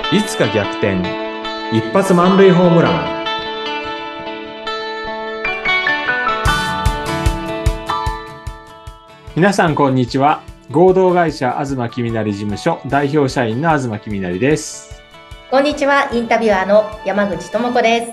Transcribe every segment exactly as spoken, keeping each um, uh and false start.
いつか逆転、一発満塁ホームラン。皆さんこんにちは。合同会社東きみなり事務所代表社員の東きみなりです。 こんにちは。インタビュアーの山口智子です。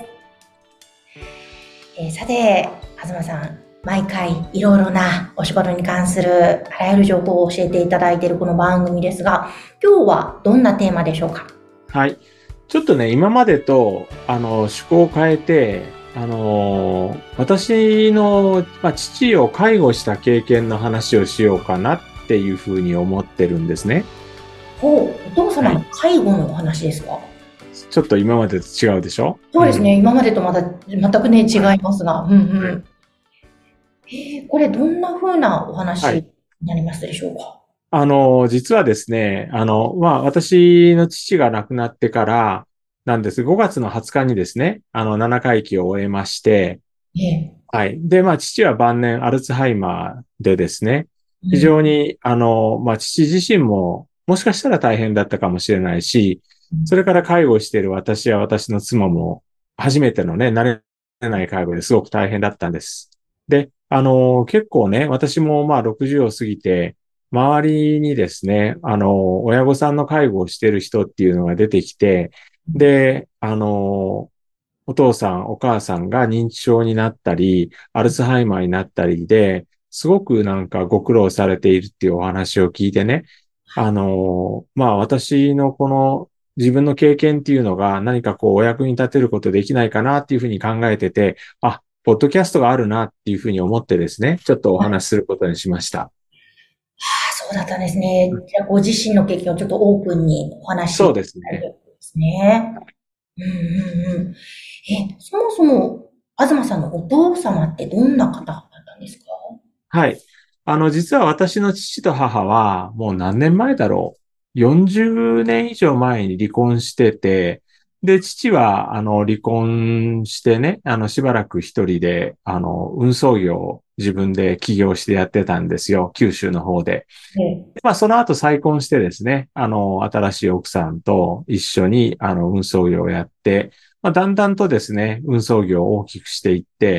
えー、さて、東さん、毎回いろいろなお仕事に関するあらゆる情報を教えていただいているこの番組ですが、今日はどんなテーマでしょうか？ はい。ちょっとね、今までと、あの、趣向を変えて、あの、私の、まあ、父を介護した経験の話をしようかなっていうふうに思ってるんですね。 ほう、お父様のはい。 介護のお話ですか？ ちょっと今までと違うでしょ？ そうですね。 うん。 今までとまた全くね、違はい。 いますが。うんうはい。 ん。えー、これどんな風なお話はい。 になりますでしょうか？ あの、実はですね、あの、まあ、私の父が亡くなってからなんです。ごがつのはつかにですね、あの、ななかいきを終えまして、 ええ。 はい。で、まあ、父は晩年アルツハイマーでですね、非うん。 常に、あの、まあ、父自身ももしかしたら大変だったかもしれないし、それから介護している私や私の妻も初めてのね、慣れない介護ですごく大変だったんです。で、あの、結構ね、私もまあろくじゅうを過ぎて、周りにですね、あの、親御さんの介護をしている人っていうのが出てきて、で、あの、お父さん、お母さんが認知症になったり、アルツハイマーになったりで、すごくなんかご苦労されているっていうお話を聞いてね、あの、まあ私のこの自分の経験っていうのが何かこうお役に立てることできないかなっていうふうに考えてて、あ、ポッドキャストがあるなっていうふうに思ってですね、ちょっとおはい。あ話しすることにしました。 あ、そうだったんですね。じゃあ、ご自身の経験をちょっとオープンにお話しいそうたですね。 だいてるんですね。うんうんうん。え、そもそも、東さんのお父様ってどんな方だったんですか？ はい。あの、実は私の父と母は、もう何年前だろう。よんじゅうねん以上前に離婚してて、で、父は、あの、離婚してね、あの、しばらく一人で、あの、運送業を自分で起業してやってたんですよ。九州の方で。 ええ。 でまあ、その後再婚してですね、あの、新しい奥さんと一緒に、あの、運送業をやって、まあ、だんだんとですね、運送業を大きくしていって、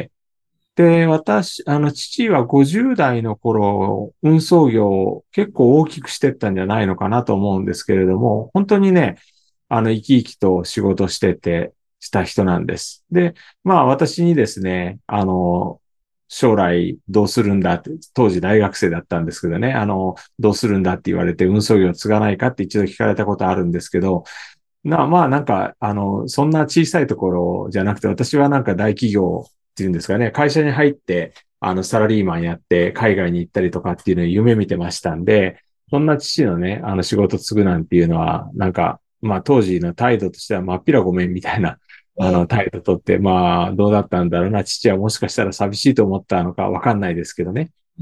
で、私、あの、父はごじゅう代の頃、運送業を結構大きくしてったんじゃないのかなと思うんですけれども、本当にね、あの、生き生きと仕事してて、した人なんです。で、まあ私にですね、あの、将来どうするんだって、当時大学生だったんですけどね、あの、どうするんだって言われて運送業を継がないかって一度聞かれたことあるんですけど、な、まあなんか、あの、そんな小さいところじゃなくて、私はなんか大企業っていうんですかね、会社に入って、あの、サラリーマンやって海外に行ったりとかっていうのを夢見てましたんで、そんな父のね、あの仕事継ぐなんていうのは、なんか、まあ当時の態度としてはまっぴらごめんみたいな、あのええ。 態度とって、まあどうだったんだろうな。父はもしかしたら寂しいと思ったのかわかんないですけどね。 うん。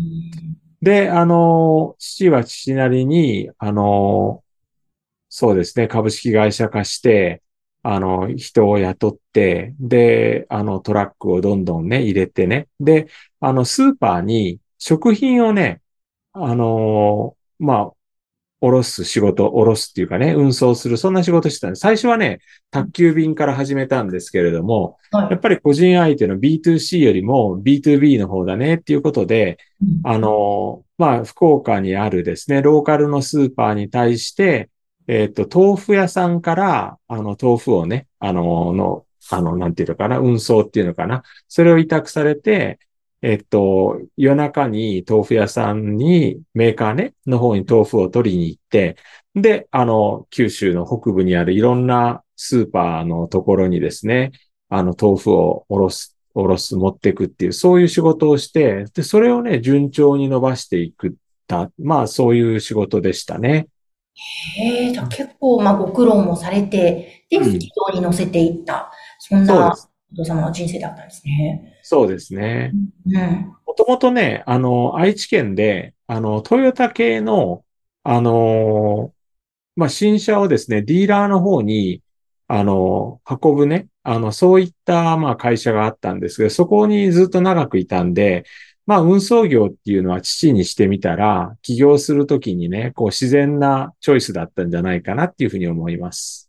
で、あの、父は父なりに、あの、そうですね。株式会社化して、あの、人を雇って、で、あの、トラックをどんどんね、入れてね。で、あの、スーパーに食品をね、あの、まあ、おろす仕事、おろすっていうかね、運送する、そんな仕事してたんです。最初はね、宅急便から始めたんですけれども、 はい。 やっぱり個人相手の ビーツーシー よりも ビーツービー の方だねっていうことで、 うん。 あの、まあ、福岡にあるですね、ローカルのスーパーに対して、えっと、豆腐屋さんから、あの、豆腐をね、あの、の、あの、なんていうのかな、運送っていうのかな。それを委託されて、えっと、夜中に豆腐屋さんに、メーカーね、の方に豆腐を取りに行って、で、あの、九州の北部にあるいろんなスーパーのところにですね、あの、豆腐をおろす、おろす、持っていくっていう、そういう仕事をして、で、それをね、順調に伸ばしていくった、まあ、そういう仕事でしたね。 へえ、じゃあ結構、まあ、ご苦労もされて、で、軌うん。 道に乗せていった、そんなそうです。 お父様の人生だったんですね。 そうですね。 うん。 もともとね、あの、愛知県で、あの、トヨタ系の、あの、まあ、新車をですね、ディーラーの方に、あの、運ぶね、あの、そういった、まあ、会社があったんですが、そこにずっと長くいたんで、まあ、運送業っていうのは父にしてみたら、起業するときにね、こう、自然なチョイスだったんじゃないかなっていうふうに思います。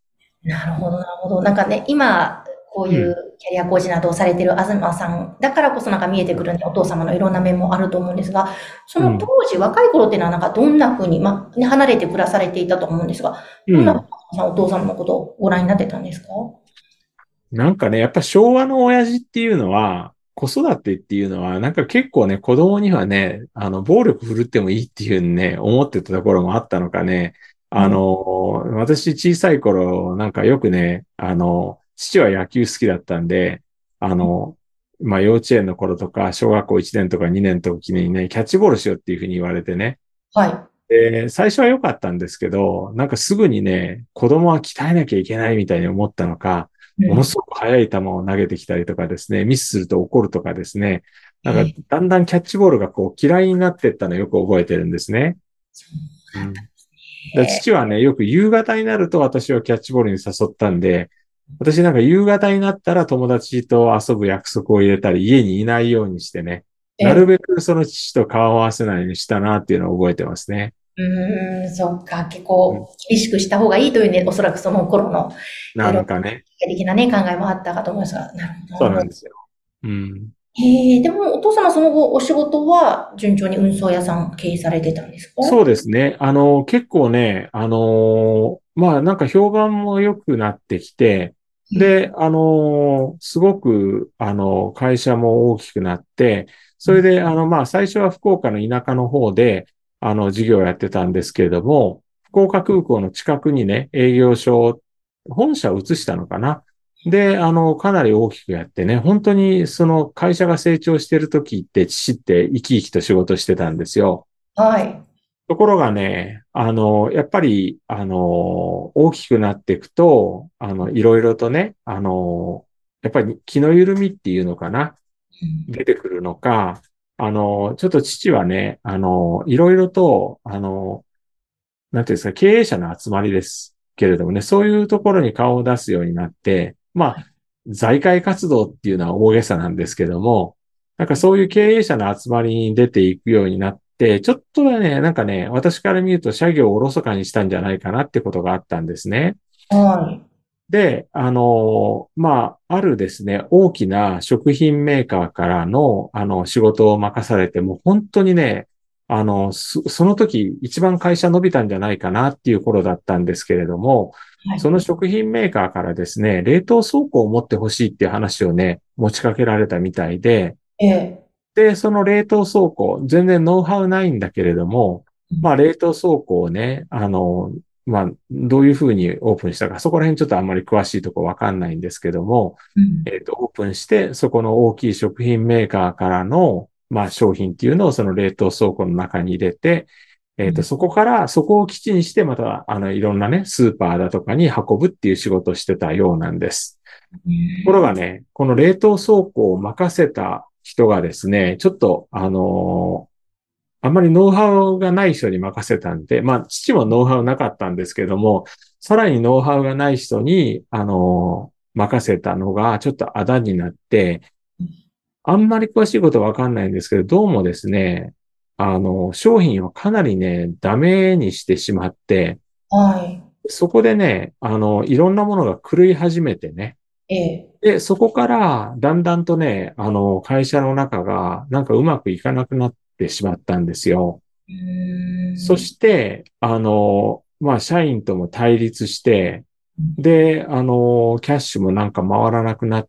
なるほど、なるほど。なんかね、今、こういううん、 キャリアコーチなどをされている東さんだからこそなんか見えてくるね、お父様のいろんな面もあると思うんですが、その当うん、 時、若い頃っていうのはなんかどんな風に、まあ、ね、離れて暮らされていたと思うんですが、どんな風にうん。 さんお父様のことをご覧になってたんですか？ なんかね、やっぱ昭和の親父っていうのは、子育てっていうのは、なんか結構ね、子供にはね、あの、暴力振るってもいいっていうね、思ってたところもあったのかね。あはい。 の、私小さい頃、なんかよくね、あの、父は野球好きだったんで、あの、まあ、幼稚園の頃とか、小学校いちねんとかにねんの時にね、キャッチボールしようっていうふうに言われてね。 はい。 で、最初は良かったんですけど、なんかすぐにね、子供は鍛えなきゃいけないみたいに思ったのか、 うん。 ものすごく速い球を投げてきたりとかですね、ミスすると怒るとかですね、なんかええ、 だんだんキャッチボールがこう嫌いになっていったのをよく覚えてるんですね。 そうだったんうん。 ですで、 ね。 父はね、よく夕方になると私をキャッチボールに誘ったんで、私なんか夕方になったら友達と遊ぶ約束を入れたり、家にいないようにしてね、なるええ。 べくその父と顔を合わせないようにしたなっていうのを覚えてますね。 うーん、そっか、結うん。 構厳しくした方がいいというね、おそらくその頃のいろないろんかね、 的なね、考えもあったかと思いますが、なるほど、なるほど。 そうなんですよ。うん。 へえ、でもお父様その後お仕事は順調に運送屋さん経営されてたんですか？ そうですね。あの、結構ね、あの、まあなんか評判も良くなってきて、で、あの、すごく、あの、会社も大きくなって、それで、あの、まあ最初は福岡の田舎の方で、あの、事業をやってたんですけれども、福岡空港の近くにね、営業所、本社を移したのかな。で、あの、かなり大きくやってね、本当にその会社が成長してる時って父って生き生きと仕事してたんですよ。 はい。 ところがね、あの、やっぱり、あの、大きくなっていくと、あの、いろいろとね、あの、やっぱり気の緩みっていうのかな、 うん。 出てくるのか、あの、ちょっと父はね、あの、いろいろと、あの、なんていうんですか、経営者の集まりですけれどもね、そういうところに顔を出すようになって、まあ、財界活動っていうのは大げさなんですけども、なんかそういう経営者の集まりに出ていくようになって、ちょっとはね、なんかね、私から見ると社業をおろそかにしたんじゃないかなってことがあったんですね。 はい。 で、あの、まあ、あるですね、大きな食品メーカーからの、あの、仕事を任されて、もう本当にね、あの、そその時一番会社伸びたんじゃないかなっていう頃だったんですけれども、 はい。 その食品メーカーからですね、冷凍倉庫を持ってほしいっていう話をね、持ちかけられたみたいで、 ええ。 で、その冷凍倉庫、全然ノウハウないんだけれども、 うん。 まあ、冷凍倉庫をね、あの、まあ、どういうふうにオープンしたか、そこら辺ちょっとあんまり詳しいところわかんないんですけども、 うん。 えっと、オープンして、そこの大きい食品メーカーからの、まあ、商品っていうのをその冷凍倉庫の中に入れて、えっと、 うん。 そこから、そこを基地にして、また、あの、いろんなね、スーパーだとかに運ぶっていう仕事をしてたようなんです。 うところん。 がね、この冷凍倉庫を任せた人がですね、ちょっと、あのあんまりノウハウがない人に任せたんで、まあ、父もノウハウなかったんですけども、さらにノウハウがない人に、あの任せたのが、ちょっとあだになって、あんまり詳しいことはわかんないんですけど、どうもですね、あの、商品をかなりね、ダメにしてしまって、 はい。 そこでね、あの、いろんなものが狂い始めてね、 ええ。 で、そこから、だんだんとね、あの、会社の中が、なんかうまくいかなくなってしまったんですよ。 うーそん。 して、あの、まあ、社員とも対立して、 うん。 で、あの、キャッシュもなんか回らなくなって、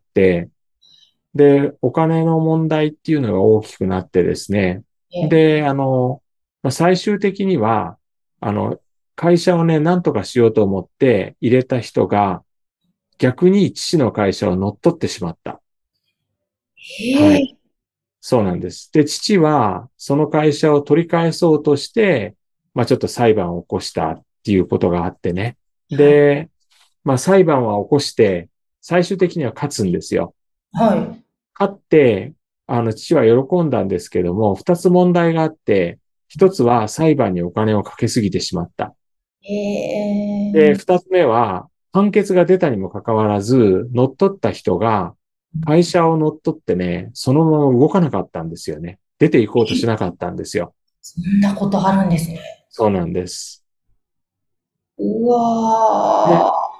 で、お金の問題っていうのが大きくなってですね。 ええ。 で、あの、まあ最終的には、あの、会社をね、なんとかしようと思って入れた人が、逆に父の会社を乗っ取ってしまった。はい。 へえ。 そうなんです。で、父は、その会社を取り返そうとして、まあちょっと裁判を起こしたっていうことがあってね。 はい。 で、まあ裁判は起こして、最終的には勝つんですよ。 はい。 勝って、あの、父は喜んだんですけども、二つ問題があって、一つは裁判にお金をかけすぎてしまった。 へで、 え。 二つ目は、判決が出たにもかかわらず、乗っ取った人が、会社を乗っ取ってね、そのまま動かなかったんですよね。出て行こうとしなかったんですよ。 そんなことあるんですね。 そうなんです。 うで、 わー。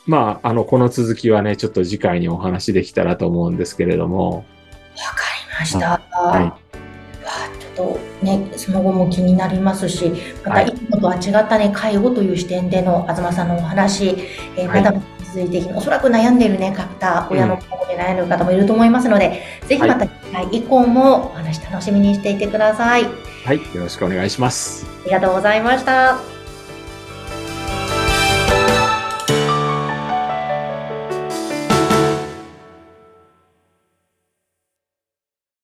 まあ、あの、この続きはね、ちょっと次回にお話できたらと思うんですけれども。 わかりましあた。 はい。 わちょっとね、その後も気になりますし、またはい。 いつもとは違ったね、介護という視点での東さんのお話、えーはい。 まだまだ続いていきます。おそらく悩んでいるね、方、親のうん。 介護で悩んでいる方もいると思いますので、ぜひはい。 また次回以降もお話楽しみにしていてください。あはい。よろしくお願いします。 りがとうございました。